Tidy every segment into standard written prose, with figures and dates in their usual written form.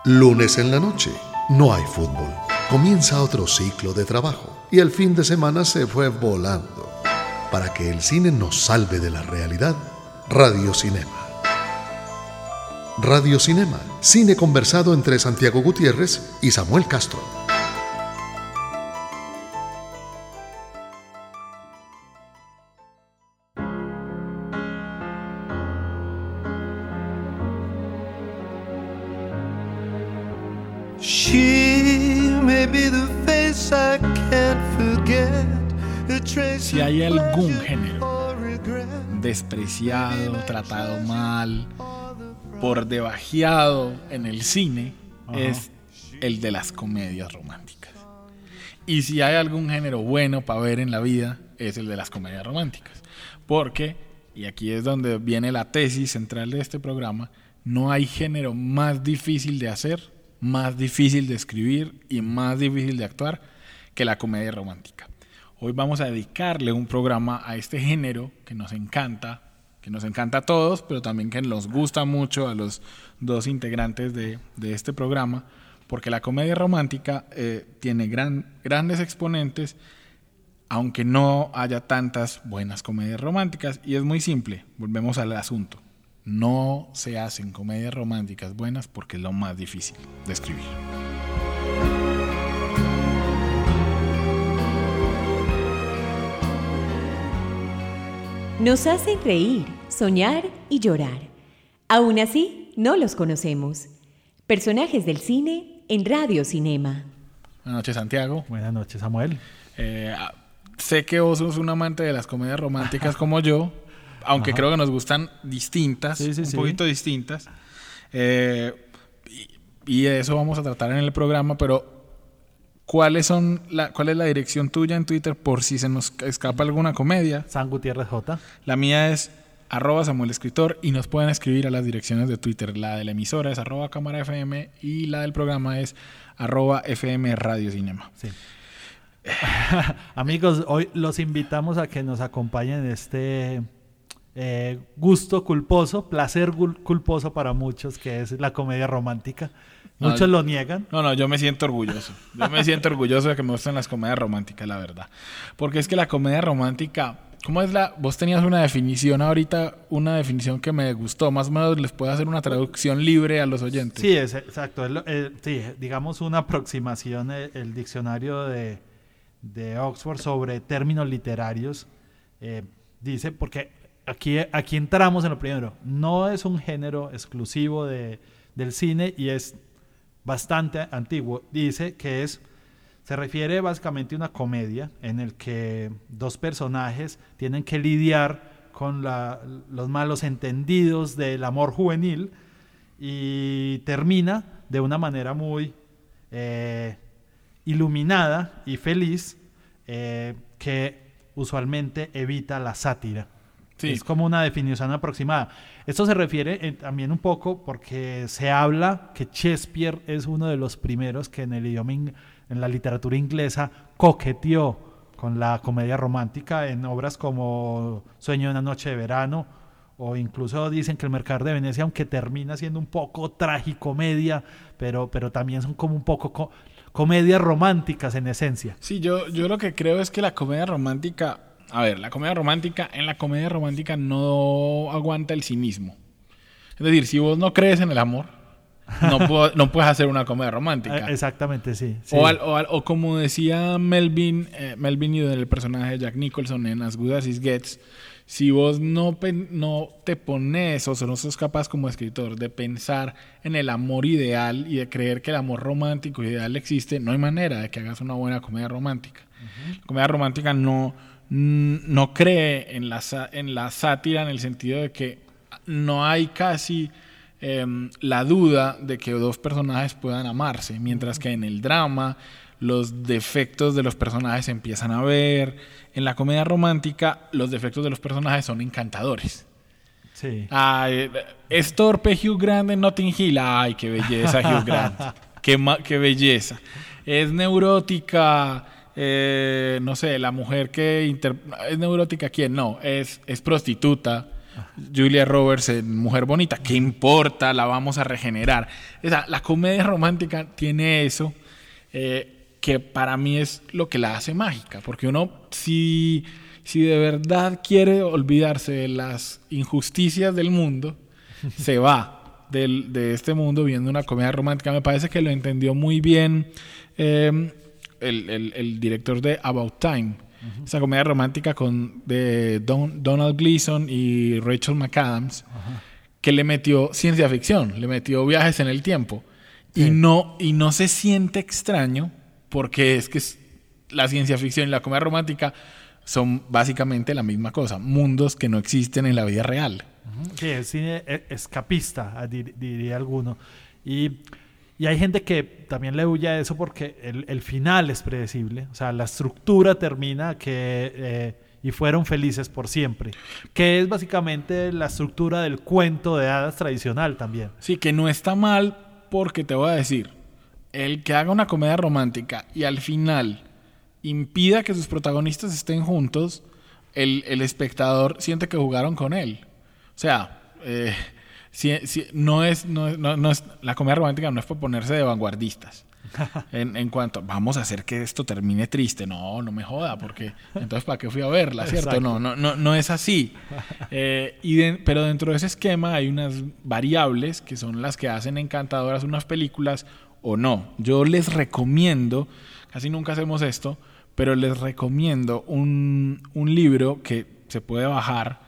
Lunes en la noche, no hay fútbol. Comienza otro ciclo de trabajo y el fin de semana se fue volando. Para que el cine nos salve de la realidad, Radio Cinema. Radio Cinema, cine conversado entre Santiago Gutiérrez y Samuel Castro. Si hay algún género despreciado, tratado mal, por debajeado en el cine, es el de las comedias románticas. Y si hay algún género bueno para ver en la vida, es el de las comedias románticas. Porque, y aquí es donde viene la tesis central de este programa, no hay género más difícil de hacer, más difícil de escribir y más difícil de actuar que la comedia romántica. Hoy vamos a dedicarle un programa a este género que nos encanta a todos, pero también que nos gusta mucho a los dos integrantes de este programa, porque la comedia romántica tiene grandes exponentes, aunque no haya tantas buenas comedias románticas, y es muy simple, volvemos al asunto. No se hacen comedias románticas buenas porque es lo más difícil de escribir. Nos hacen reír, soñar y llorar. Aún así, no los conocemos. Personajes del cine en Radio Cinema. Buenas noches, Santiago. Buenas noches, Samuel. Sé que vos sos un amante de las comedias románticas como yo, aunque creo que nos gustan distintas, un poquito distintas. Y de eso vamos a tratar en el programa, pero ¿cuál es la dirección tuya en Twitter por si se nos escapa alguna comedia? San Gutiérrez J. La mía es @SamuelEscritor y nos pueden escribir a las direcciones de Twitter. La de la emisora es @CámaraFM y la del programa es @FM Radio Cinema. Sí. Amigos, hoy los invitamos a que nos acompañen en este gusto culposo, placer culposo para muchos, que es la comedia romántica. Muchos lo niegan. No, yo me siento orgulloso. Yo me siento orgulloso de que me gusten las comedias románticas, la verdad. Porque es que la comedia romántica, ¿cómo es vos tenías una definición ahorita, una definición que me gustó, más o menos les puedo hacer una traducción libre a los oyentes. Sí, exacto. Sí, digamos una aproximación, el diccionario de Oxford sobre términos literarios, dice, porque aquí entramos en lo primero, no es un género exclusivo del cine y es bastante antiguo. Dice que se refiere básicamente a una comedia en el que dos personajes tienen que lidiar con los malos entendidos del amor juvenil y termina de una manera muy iluminada y feliz, que usualmente evita la sátira. Sí. Es como una definición aproximada. Esto se refiere también un poco porque se habla que Shakespeare es uno de los primeros que en el idioma, en la literatura inglesa, coqueteó con la comedia romántica en obras como Sueño de una noche de verano, o incluso dicen que El Mercader de Venecia, aunque termina siendo un poco tragicomedia, pero también son como un poco comedias románticas en esencia. Sí, yo lo que creo es que la comedia romántica... A ver, en la comedia romántica no aguanta el cinismo. Es decir, si vos no crees en el amor, no puedes hacer una comedia romántica. Exactamente, sí. O como decía Melvin y el personaje de Jack Nicholson en As Good As It Gets, si vos no te pones o no sos capaz como escritor de pensar en el amor ideal y de creer que el amor romántico ideal existe, no hay manera de que hagas una buena comedia romántica. Uh-huh. La comedia romántica no cree en la sátira, en el sentido de que no hay casi la duda de que dos personajes puedan amarse, mientras que en el drama los defectos de los personajes se empiezan a ver. En la comedia romántica los defectos de los personajes son encantadores. Sí. Es torpe Hugh Grant en Notting Hill. Ay, qué belleza Hugh Grant. Qué belleza. Es neurótica... no sé, la mujer que es neurótica, ¿quién? No, es prostituta. Julia Roberts en Mujer Bonita. ¿Qué importa? La vamos a regenerar. O sea, la comedia romántica tiene eso que para mí es lo que la hace mágica. Porque uno, si de verdad quiere olvidarse de las injusticias del mundo, se va de este mundo viendo una comedia romántica. Me parece que lo entendió muy bien el director de About Time. Esa comedia romántica de Donald Gleason y Rachel McAdams, que le metió ciencia ficción, le metió viajes en el tiempo. Sí. Y no se siente extraño, porque es que la ciencia ficción y la comedia romántica son básicamente la misma cosa, mundos que no existen en la vida real. Sí, el cine escapista, diría alguno. Y hay gente que también le huye a eso porque el final es predecible. O sea, la estructura termina y fueron felices por siempre. Que es básicamente la estructura del cuento de hadas tradicional también. Sí, que no está mal, porque te voy a decir, el que haga una comedia romántica y al final impida que sus protagonistas estén juntos, el espectador siente que jugaron con él. O sea, no es la comedia romántica no es para ponerse de vanguardistas en cuanto vamos a hacer que esto termine triste. No me joda, porque entonces ¿para qué fui a verla? ¿Cierto? No es así. Pero dentro de ese esquema hay unas variables que son las que hacen encantadoras unas películas o no. Yo les recomiendo, casi nunca hacemos esto, pero les recomiendo un libro que se puede bajar,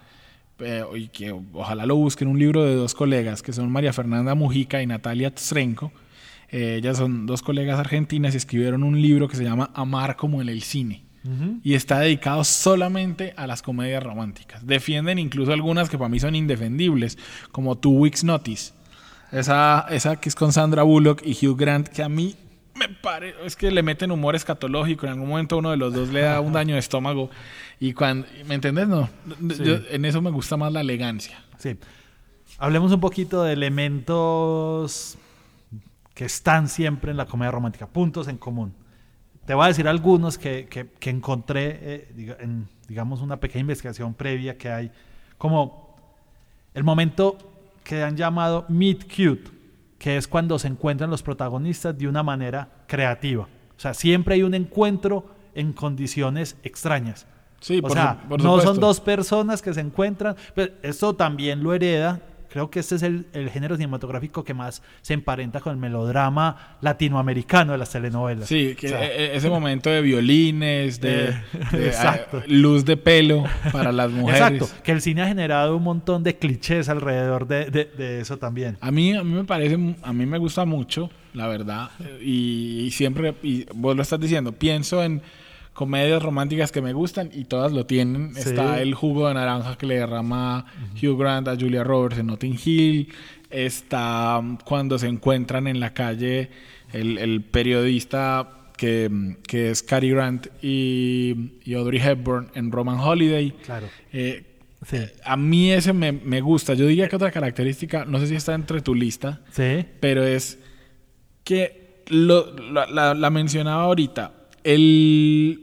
y que ojalá lo busquen, un libro de dos colegas que son María Fernanda Mujica y Natalia Tstrenko. Ellas son dos colegas argentinas y escribieron un libro que se llama Amar como en el cine. Y está dedicado solamente a las comedias románticas. Defienden incluso algunas que para mí son indefendibles, como Two Weeks Notice, esa que es con Sandra Bullock y Hugh Grant, que a mí me parece es que le meten humor escatológico. En algún momento uno de los dos le da un daño de estómago. Y cuando, ¿me entendés? No. Sí. En eso me gusta más la elegancia. Sí. Hablemos un poquito de elementos que están siempre en la comedia romántica, puntos en común. Te voy a decir algunos que encontré en, digamos, una pequeña investigación previa que hay, como el momento que han llamado meet cute, que es cuando se encuentran los protagonistas de una manera creativa. O sea, siempre hay un encuentro en condiciones extrañas. Sí, por no son dos personas que se encuentran, pero esto también lo hereda. Creo que este es el género cinematográfico que más se emparenta con el melodrama latinoamericano de las telenovelas. Sí, que ese momento de violines, de luz de pelo para las mujeres. Exacto, que el cine ha generado un montón de clichés alrededor de eso también. A mí me parece, a mí me gusta mucho, la verdad, y siempre, y vos lo estás diciendo, pienso en comedias románticas que me gustan y todas lo tienen. Sí. Está el jugo de naranja que le derrama Hugh Grant a Julia Roberts en Notting Hill. Está cuando se encuentran en la calle el periodista que es Cary Grant y Audrey Hepburn en Roman Holiday. Claro. Sí. A mí ese me gusta. Yo diría que otra característica, no sé si está entre tu lista, sí, pero es que la mencionaba ahorita. El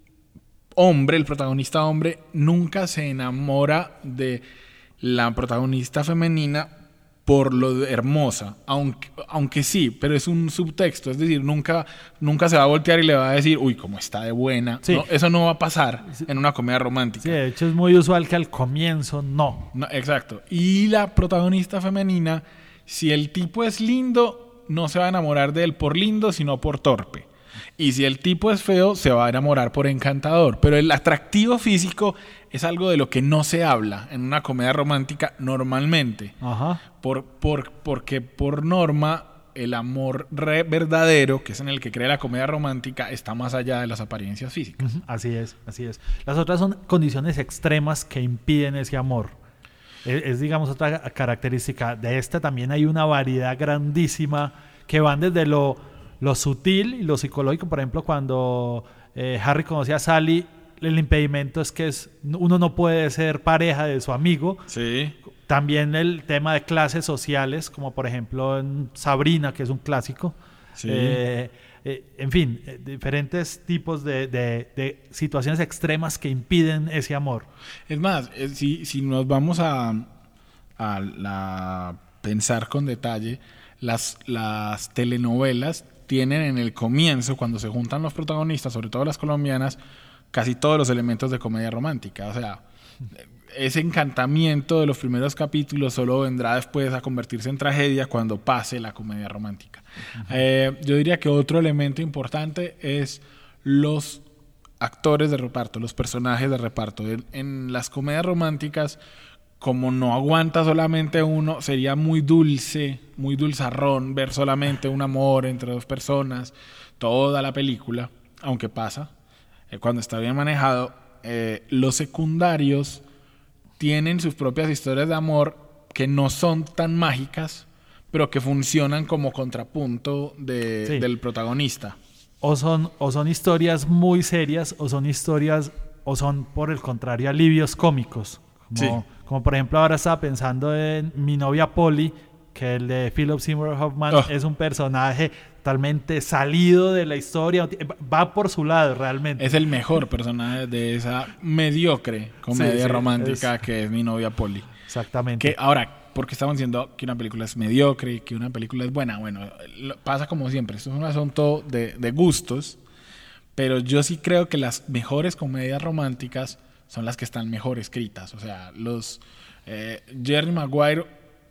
hombre, el protagonista hombre, nunca se enamora de la protagonista femenina por lo hermosa, aunque sí, pero es un subtexto, es decir, nunca se va a voltear y le va a decir, uy, cómo está de buena. Sí. No, eso no va a pasar en una comedia romántica. Sí, de hecho es muy usual que al comienzo no. Exacto. Y la protagonista femenina, si el tipo es lindo, no se va a enamorar de él por lindo, sino por torpe. Y si el tipo es feo, se va a enamorar por encantador. Pero el atractivo físico es algo de lo que no se habla en una comedia romántica normalmente. Ajá. Porque por norma el amor verdadero, que es en el que cree la comedia romántica, está más allá de las apariencias físicas. Así es. Las otras son condiciones extremas que impiden ese amor. Es digamos, otra característica. De esta también hay una variedad grandísima que van desde lo sutil y lo psicológico. Por ejemplo, cuando Harry conoce a Sally, el impedimento es que uno no puede ser pareja de su amigo. Sí. También el tema de clases sociales, como por ejemplo en Sabrina, que es un clásico. Sí. en fin, diferentes tipos de situaciones extremas que impiden ese amor. Es más, si nos vamos a pensar con detalle, las telenovelas tienen en el comienzo, cuando se juntan los protagonistas, sobre todo las colombianas, casi todos los elementos de comedia romántica. O sea, ese encantamiento de los primeros capítulos solo vendrá después a convertirse en tragedia cuando pase la comedia romántica. Yo diría que otro elemento importante es los actores de reparto, los personajes de reparto. En las comedias románticas, como no aguanta solamente uno, sería muy dulce, muy dulzarrón ver solamente un amor entre dos personas toda la película, aunque pasa. Cuando está bien manejado, los secundarios tienen sus propias historias de amor que no son tan mágicas, pero que funcionan como contrapunto del protagonista. O son historias muy serias, o son por el contrario alivios cómicos. Como por ejemplo ahora estaba pensando en Mi novia Polly, que el de Philip Seymour Hoffman es un personaje totalmente salido de la historia, va por su lado realmente. Es el mejor personaje de esa mediocre comedia romántica que es Mi novia Polly. Exactamente. Que ahora, porque estamos diciendo que una película es mediocre y que una película es buena, bueno, pasa como siempre, esto es un asunto de gustos, pero yo sí creo que las mejores comedias románticas son las que están mejor escritas. O sea, Jerry Maguire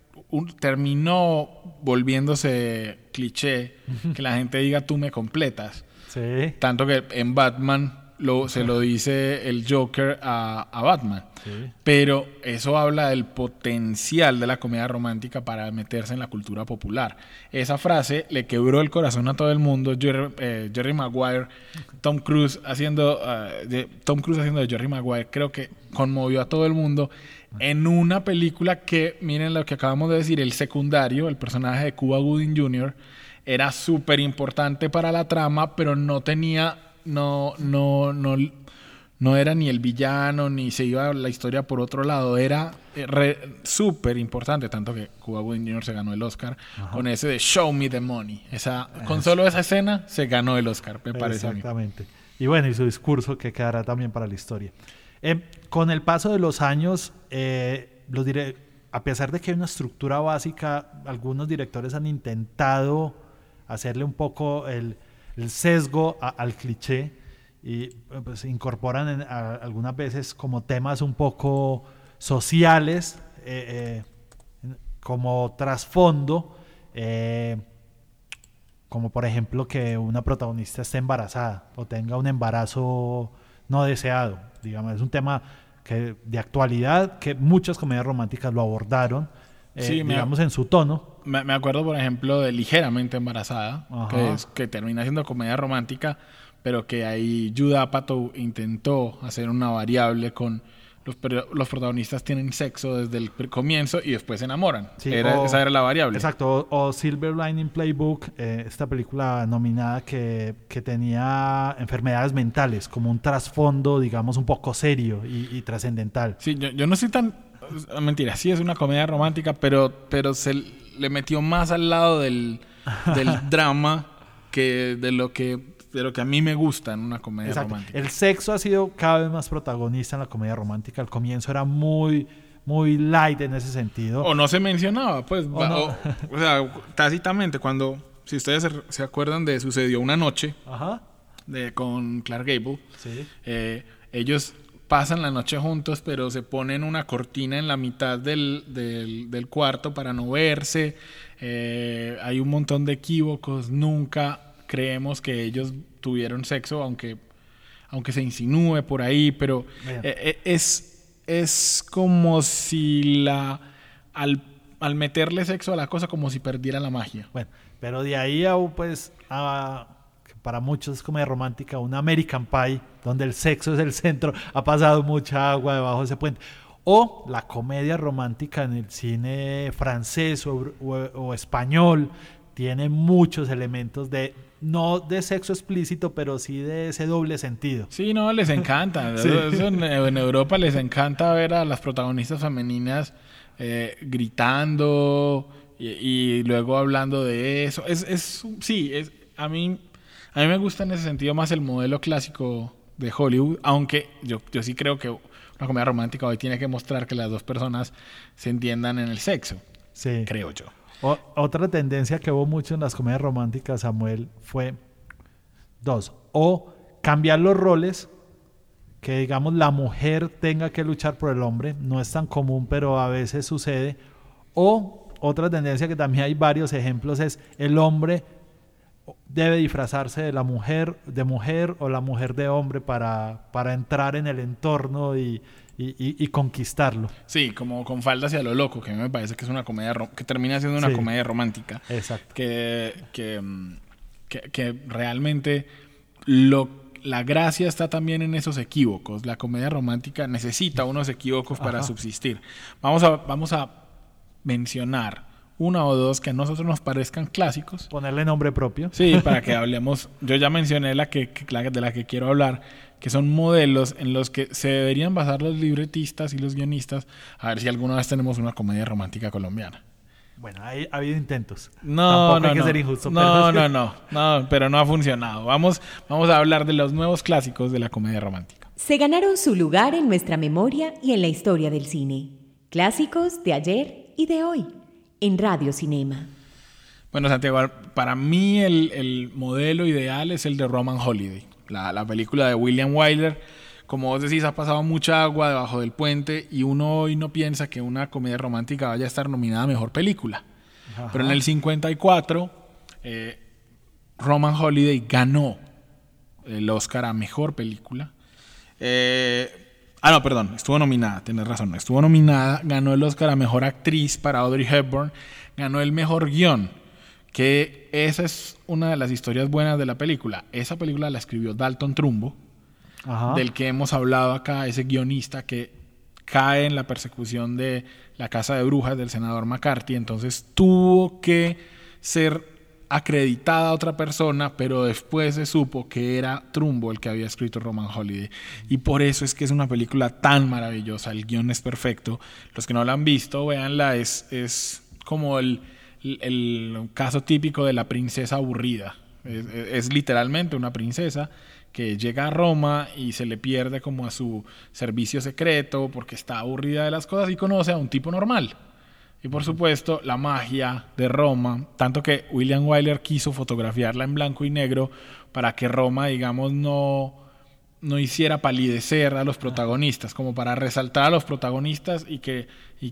terminó volviéndose cliché que la gente diga tú me completas. Sí. Tanto que en Batman se lo dice el Joker a Batman. Sí. Pero eso habla del potencial de la comedia romántica para meterse en la cultura popular. Esa frase le quebró el corazón a todo el mundo. Jerry Maguire, Tom Cruise haciendo de Jerry Maguire, creo que conmovió a todo el mundo en una película que, miren lo que acabamos de decir, el secundario, el personaje de Cuba Gooding Jr., era súper importante para la trama, pero no era ni el villano, ni se iba la historia por otro lado. Era súper importante, tanto que Cuba Gooding Jr. se ganó el Oscar con ese de Show Me the Money. Con solo esa escena se ganó el Oscar, me parece. Exactamente. Y bueno, y su discurso que quedará también para la historia. Con el paso de los años, a pesar de que hay una estructura básica, algunos directores han intentado hacerle un poco el sesgo al cliché y pues incorporan algunas veces como temas un poco sociales como trasfondo, como por ejemplo que una protagonista esté embarazada o tenga un embarazo no deseado. Digamos, es un tema de actualidad que muchas comedias románticas lo abordaron, digamos en su tono. Me acuerdo, por ejemplo, de Ligeramente Embarazada, que termina siendo comedia romántica, pero que ahí Judd Apatow intentó hacer una variable con los protagonistas tienen sexo desde el comienzo y después se enamoran. Sí, esa era la variable. Exacto. O Silver Lining Playbook, esta película nominada que tenía enfermedades mentales como un trasfondo, digamos, un poco serio y trascendental. Sí, yo no soy tan... Mentira, sí es una comedia romántica, pero se le metió más al lado del drama que de lo que a mí me gusta en una comedia romántica. El sexo ha sido cada vez más protagonista en la comedia romántica. Al comienzo era muy, muy light en ese sentido. O no se mencionaba, pues. O sea, tácitamente, si ustedes se acuerdan de Sucedió una noche, con Clark Gable, sí. Ellos pasan la noche juntos, pero se ponen una cortina en la mitad del cuarto para no verse. Hay un montón de equívocos. Nunca creemos que ellos tuvieron sexo, aunque se insinúe por ahí, pero es como si al meterle sexo a la cosa, como si perdiera la magia. Bueno, pero de ahí para muchos es comedia romántica, una American Pie, donde el sexo es el centro, ha pasado mucha agua debajo de ese puente. O la comedia romántica en el cine francés o español, tiene muchos elementos no de sexo explícito, pero sí de ese doble sentido. Sí, no, les encanta. Sí. Eso en Europa les encanta ver a las protagonistas femeninas gritando y luego hablando de eso. A A mí me gusta en ese sentido más el modelo clásico de Hollywood, aunque yo sí creo que una comedia romántica hoy tiene que mostrar que las dos personas se entiendan en el sexo. Sí. Creo yo. Otra tendencia que hubo mucho en las comedias románticas, Samuel, fue o cambiar los roles, que digamos la mujer tenga que luchar por el hombre, no es tan común, pero a veces sucede. O otra tendencia que también hay varios ejemplos es el hombre debe disfrazarse de mujer o la mujer de hombre para entrar en el entorno y conquistarlo. Sí, como con Falda hacia lo loco, que a mí me parece que es una comedia que termina siendo una comedia romántica. Exacto. Que realmente la gracia está también en esos equívocos. La comedia romántica necesita unos equívocos para subsistir. Vamos a mencionar una o dos que a nosotros nos parezcan clásicos. Ponerle nombre propio. Sí, para que hablemos. Yo ya mencioné de la que quiero hablar, que son modelos en los que se deberían basar los libretistas y los guionistas, a ver si alguna vez tenemos una comedia romántica colombiana. Bueno, ha habido intentos. No, hay que ser injusto. No, pero no ha funcionado. Vamos a hablar de los nuevos clásicos de la comedia romántica. Se ganaron su lugar en nuestra memoria y en la historia del cine. Clásicos de ayer y de hoy, en Radio Cinema. Bueno, Santiago, para mí el modelo ideal es el de Roman Holiday, la película de William Wyler. Como vos decís, ha pasado mucha agua debajo del puente y uno hoy no piensa que una comedia romántica vaya a estar nominada a Mejor Película. Ajá. Pero en el 54, Roman Holiday ganó el Oscar a Mejor Película. Estuvo nominada, tenés razón. Estuvo nominada, ganó el Oscar a Mejor Actriz para Audrey Hepburn, ganó el Mejor Guión, que esa es una de las historias buenas de la película. Esa película la escribió Dalton Trumbo, del que hemos hablado acá, ese guionista que cae en la persecución de la casa de brujas del senador McCarthy, entonces tuvo que ser acreditada a otra persona, pero después se supo que era Trumbo el que había escrito Roman Holiday, y por eso es que es una película tan maravillosa. El guión es perfecto. Los que no la han visto, véanla. Es como el caso típico de la princesa aburrida. Es literalmente una princesa que llega a Roma y se le pierde como a su servicio secreto porque está aburrida de las cosas y conoce a un tipo normal. Y por supuesto, la magia de Roma, tanto que William Wyler quiso fotografiarla en blanco y negro para que Roma, digamos, no hiciera palidecer a los protagonistas, como para resaltar a los protagonistas y que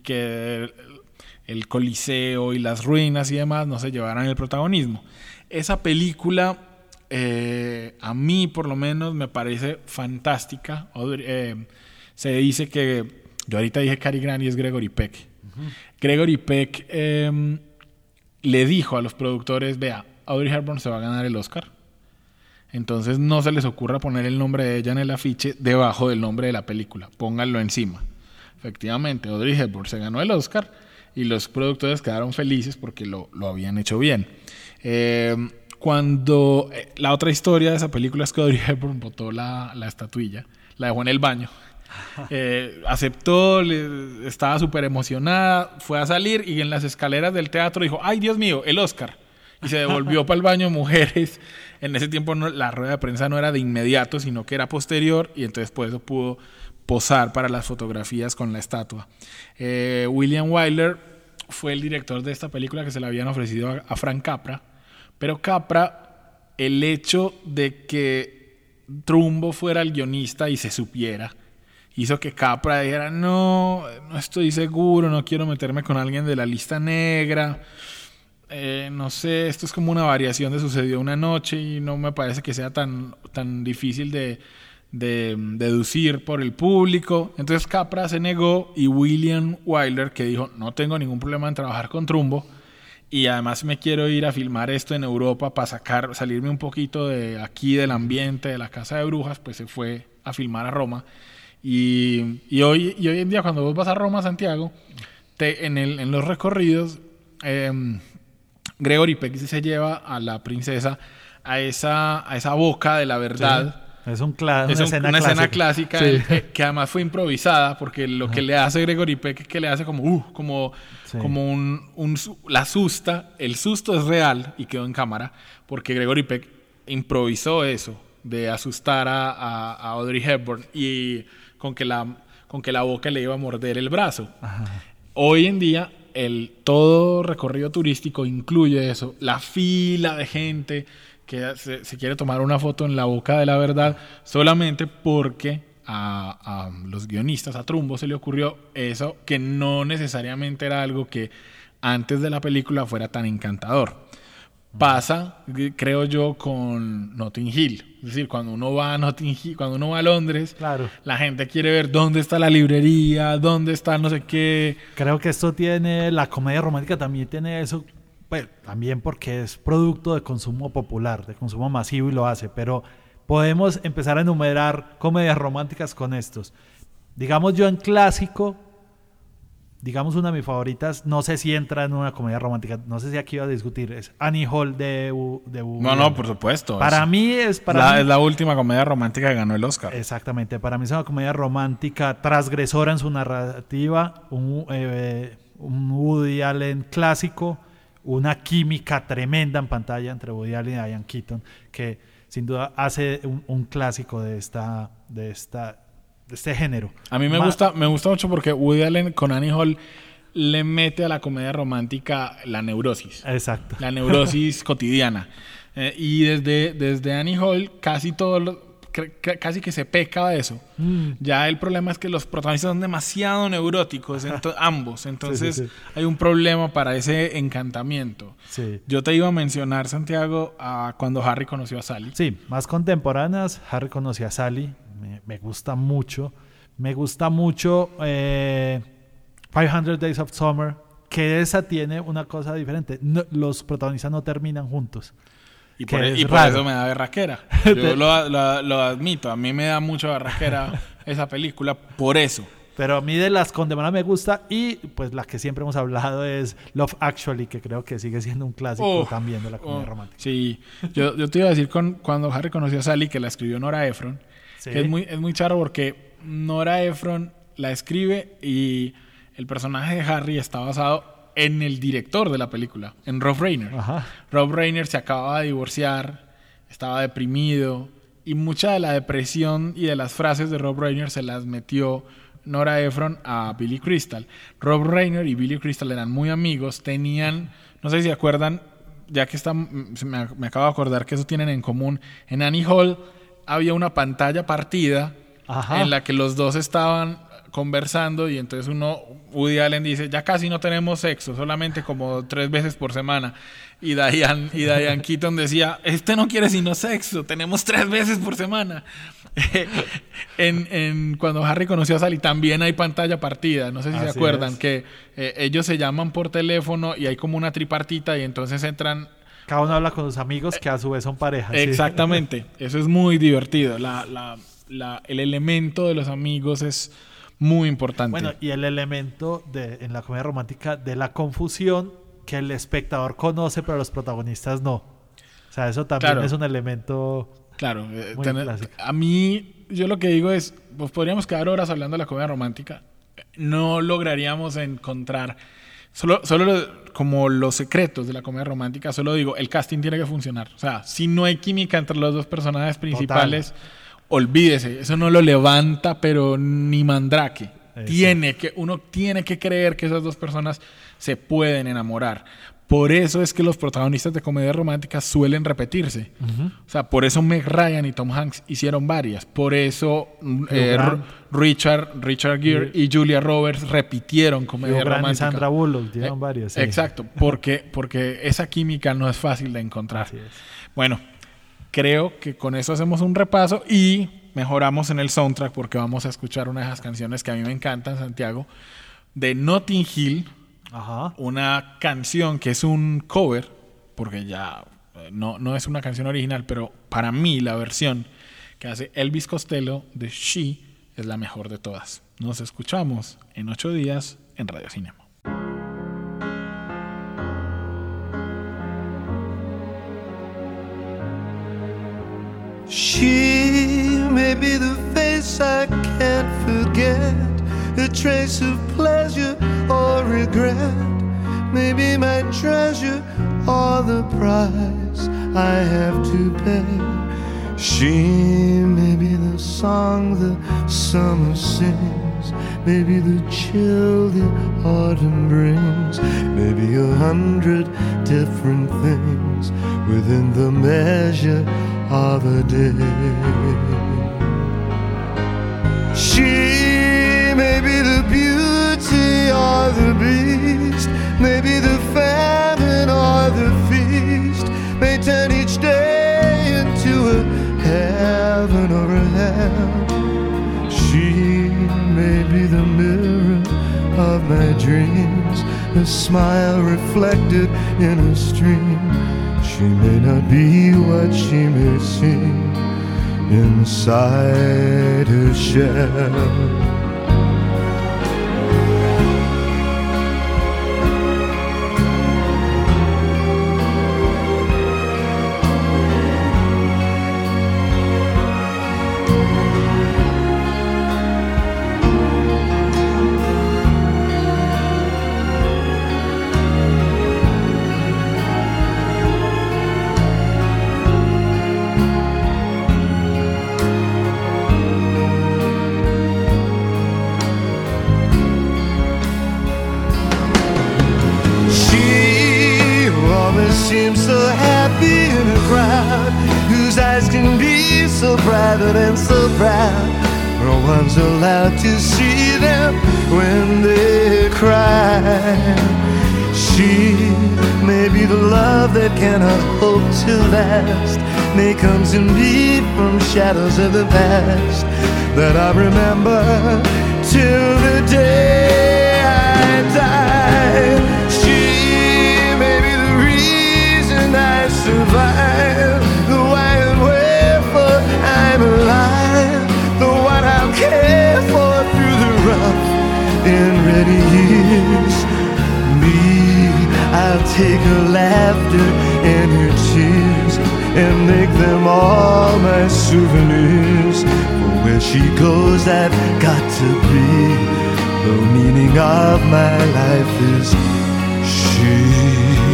el Coliseo y las ruinas y demás no se llevaran el protagonismo. Esa película, a mí por lo menos, me parece fantástica. Se dice que, yo ahorita dije Cary Grant y es Gregory Peck. Uh-huh. Gregory Peck le dijo a los productores, vea, Audrey Hepburn se va a ganar el Oscar, entonces no se les ocurra poner el nombre de ella en el afiche debajo del nombre de la película, pónganlo encima. Efectivamente, Audrey Hepburn se ganó el Oscar y los productores quedaron felices porque lo habían hecho bien. Cuando la otra historia de esa película es que Audrey Hepburn botó la estatuilla, la dejó en el baño. Aceptó, estaba súper emocionada, fue a salir y en las escaleras del teatro dijo, ¡ay, Dios mío, el Oscar! Y se devolvió para el baño de mujeres. En ese tiempo la rueda de prensa no era de inmediato, sino que era posterior, y entonces por eso pudo posar para las fotografías con la estatua. William Wyler fue el director de esta película que se la habían ofrecido a Frank Capra, pero Capra, el hecho de que Trumbo fuera el guionista y se supiera, hizo que Capra dijera, no estoy seguro, no quiero meterme con alguien de la lista negra, no sé, esto es como una variación de Sucedió una noche y no me parece que sea tan difícil de deducir por el público. Entonces Capra se negó y William Wyler, que dijo, no tengo ningún problema en trabajar con Trumbo y además me quiero ir a filmar esto en Europa para salirme un poquito de aquí del ambiente de la casa de brujas, pues se fue a filmar a Roma. Y hoy en día cuando vos vas a Roma, Santiago, en los recorridos, Gregory Peck se lleva a la princesa a esa boca de la verdad. Sí, es una escena clásica sí. que además fue improvisada, porque lo que le hace Gregory Peck es que le hace la asusta. El susto es real y quedó en cámara, porque Gregory Peck improvisó eso de asustar a Audrey Hepburn y con que la boca le iba a morder el brazo. Ajá. Hoy en día todo recorrido turístico incluye eso, la fila de gente que se quiere tomar una foto en la boca de la verdad solamente porque a los guionistas, a Trumbo, se le ocurrió eso, que no necesariamente era algo que antes de la película fuera tan encantador. Pasa, creo yo, con Notting Hill. Es decir, cuando uno va a Notting Hill, cuando uno va a Londres, claro, la gente quiere ver dónde está la librería, dónde está no sé qué. Creo que esto tiene, la comedia romántica también tiene eso, pues, también porque es producto de consumo popular, de consumo masivo y lo hace, pero podemos empezar a enumerar comedias románticas con estos. Digamos yo en clásico, digamos una de mis favoritas, no sé si entra en una comedia romántica, no sé si aquí iba a discutir, es Annie Hall de No, por supuesto. Para mí es la última comedia romántica que ganó el Oscar. Exactamente, para mí es una comedia romántica transgresora en su narrativa, un Woody Allen clásico, una química tremenda en pantalla entre Woody Allen y Diane Keaton, que sin duda hace un clásico de este género. A mí me gusta mucho porque Woody Allen con Annie Hall le mete a la comedia romántica la neurosis. Exacto. La neurosis cotidiana. Y desde Annie Hall casi que se peca de eso. Ya el problema es que los protagonistas son demasiado neuróticos, ambos. Entonces sí. Hay un problema para ese encantamiento. Sí. Yo te iba a mencionar, Santiago, cuando Harry conoció a Sally. Sí, más contemporáneas. Harry conoció a Sally. Me gusta mucho. Me gusta mucho 500 Days of Summer, que esa tiene una cosa diferente. No, los protagonistas no terminan juntos. Y por eso me da berraquera. Yo lo admito. A mí me da mucha berraquera esa película por eso. Pero a mí de las contemporáneas me gusta. Y pues la que siempre hemos hablado es Love Actually, que creo que sigue siendo un clásico también de la comedia romántica. Sí, yo te iba a decir cuando Harry conoció a Sally, que la escribió Nora Ephron. Sí. Que es muy charro porque Nora Ephron la escribe y el personaje de Harry está basado en el director de la película, en Rob Reiner. Ajá. Rob Reiner se acababa de divorciar, estaba deprimido y mucha de la depresión y de las frases de Rob Reiner se las metió Nora Ephron a Billy Crystal. Rob Reiner y Billy Crystal eran muy amigos, tenían, no sé si se acuerdan, ya que me acabo de acordar que eso tienen en común, en Annie Hall había una pantalla partida. Ajá. En la que los dos estaban conversando y entonces Woody Allen dice, ya casi no tenemos sexo, solamente como 3 veces por semana. Y Diane Keaton decía, no quiere sino sexo, tenemos 3 veces por semana. Cuando Harry conoció a Sally también hay pantalla partida, no sé si se acuerdan, que ellos se llaman por teléfono y hay como una tripartita y entonces entran... Cada uno habla con sus amigos que a su vez son parejas. Exactamente, ¿sí? Eso es muy divertido. El elemento de los amigos es muy importante. Bueno, y el elemento en la comedia romántica de la confusión que el espectador conoce pero los protagonistas no. O sea, eso también es un elemento muy clásico. A mí, yo lo que digo es, pues podríamos quedar horas hablando de la comedia romántica. No lograríamos encontrar solo como los secretos de la comedia romántica. Solo digo, el casting tiene que funcionar. O sea, si no hay química entre los dos personajes principales... Total. Olvídese, eso no lo levanta, pero ni mandrake. Uno tiene que creer que esas dos personas se pueden enamorar. Por eso es que los protagonistas de comedias románticas suelen repetirse. Uh-huh. O sea, por eso Meg Ryan y Tom Hanks hicieron varias. Por eso Richard Gere y Julia Roberts repitieron comedias románticas. Y Sandra Bullock dieron varias. Sí. Exacto, porque esa química no es fácil de encontrar. Así es. Bueno, creo que con eso hacemos un repaso y mejoramos en el soundtrack porque vamos a escuchar una de esas canciones que a mí me encantan, Santiago, de Notting Hill. Ajá. Una canción que es un cover, porque ya no es una canción original, pero para mí la versión que hace Elvis Costello de She es la mejor de todas. Nos escuchamos en 8 días en Radio Cinema. She may be the face I can't forget, a trace of pleasure or regret, maybe my treasure or the price I have to bear. She may be the song the summer sings, maybe the chill the autumn brings, maybe 100 different things within the measure of a day. She may be the beauty or the beast, maybe the famine or the feast, may turn each day into a heaven or a hell. She may be the mirror of my dreams, a smile reflected in a stream. She may not be what she may seem inside her shell. Seems so happy in a crowd whose eyes can be so private and so proud. No one's allowed to see them when they cry. She may be the love that cannot hope to last, may come to me from shadows of the past that I remember till the day I die. I survive, the why and wherefore I'm alive, the one I'll care for through the rough and ready years. Me, I'll take her laughter and her tears and make them all my souvenirs. For where she goes I've got to be, the meaning of my life is she.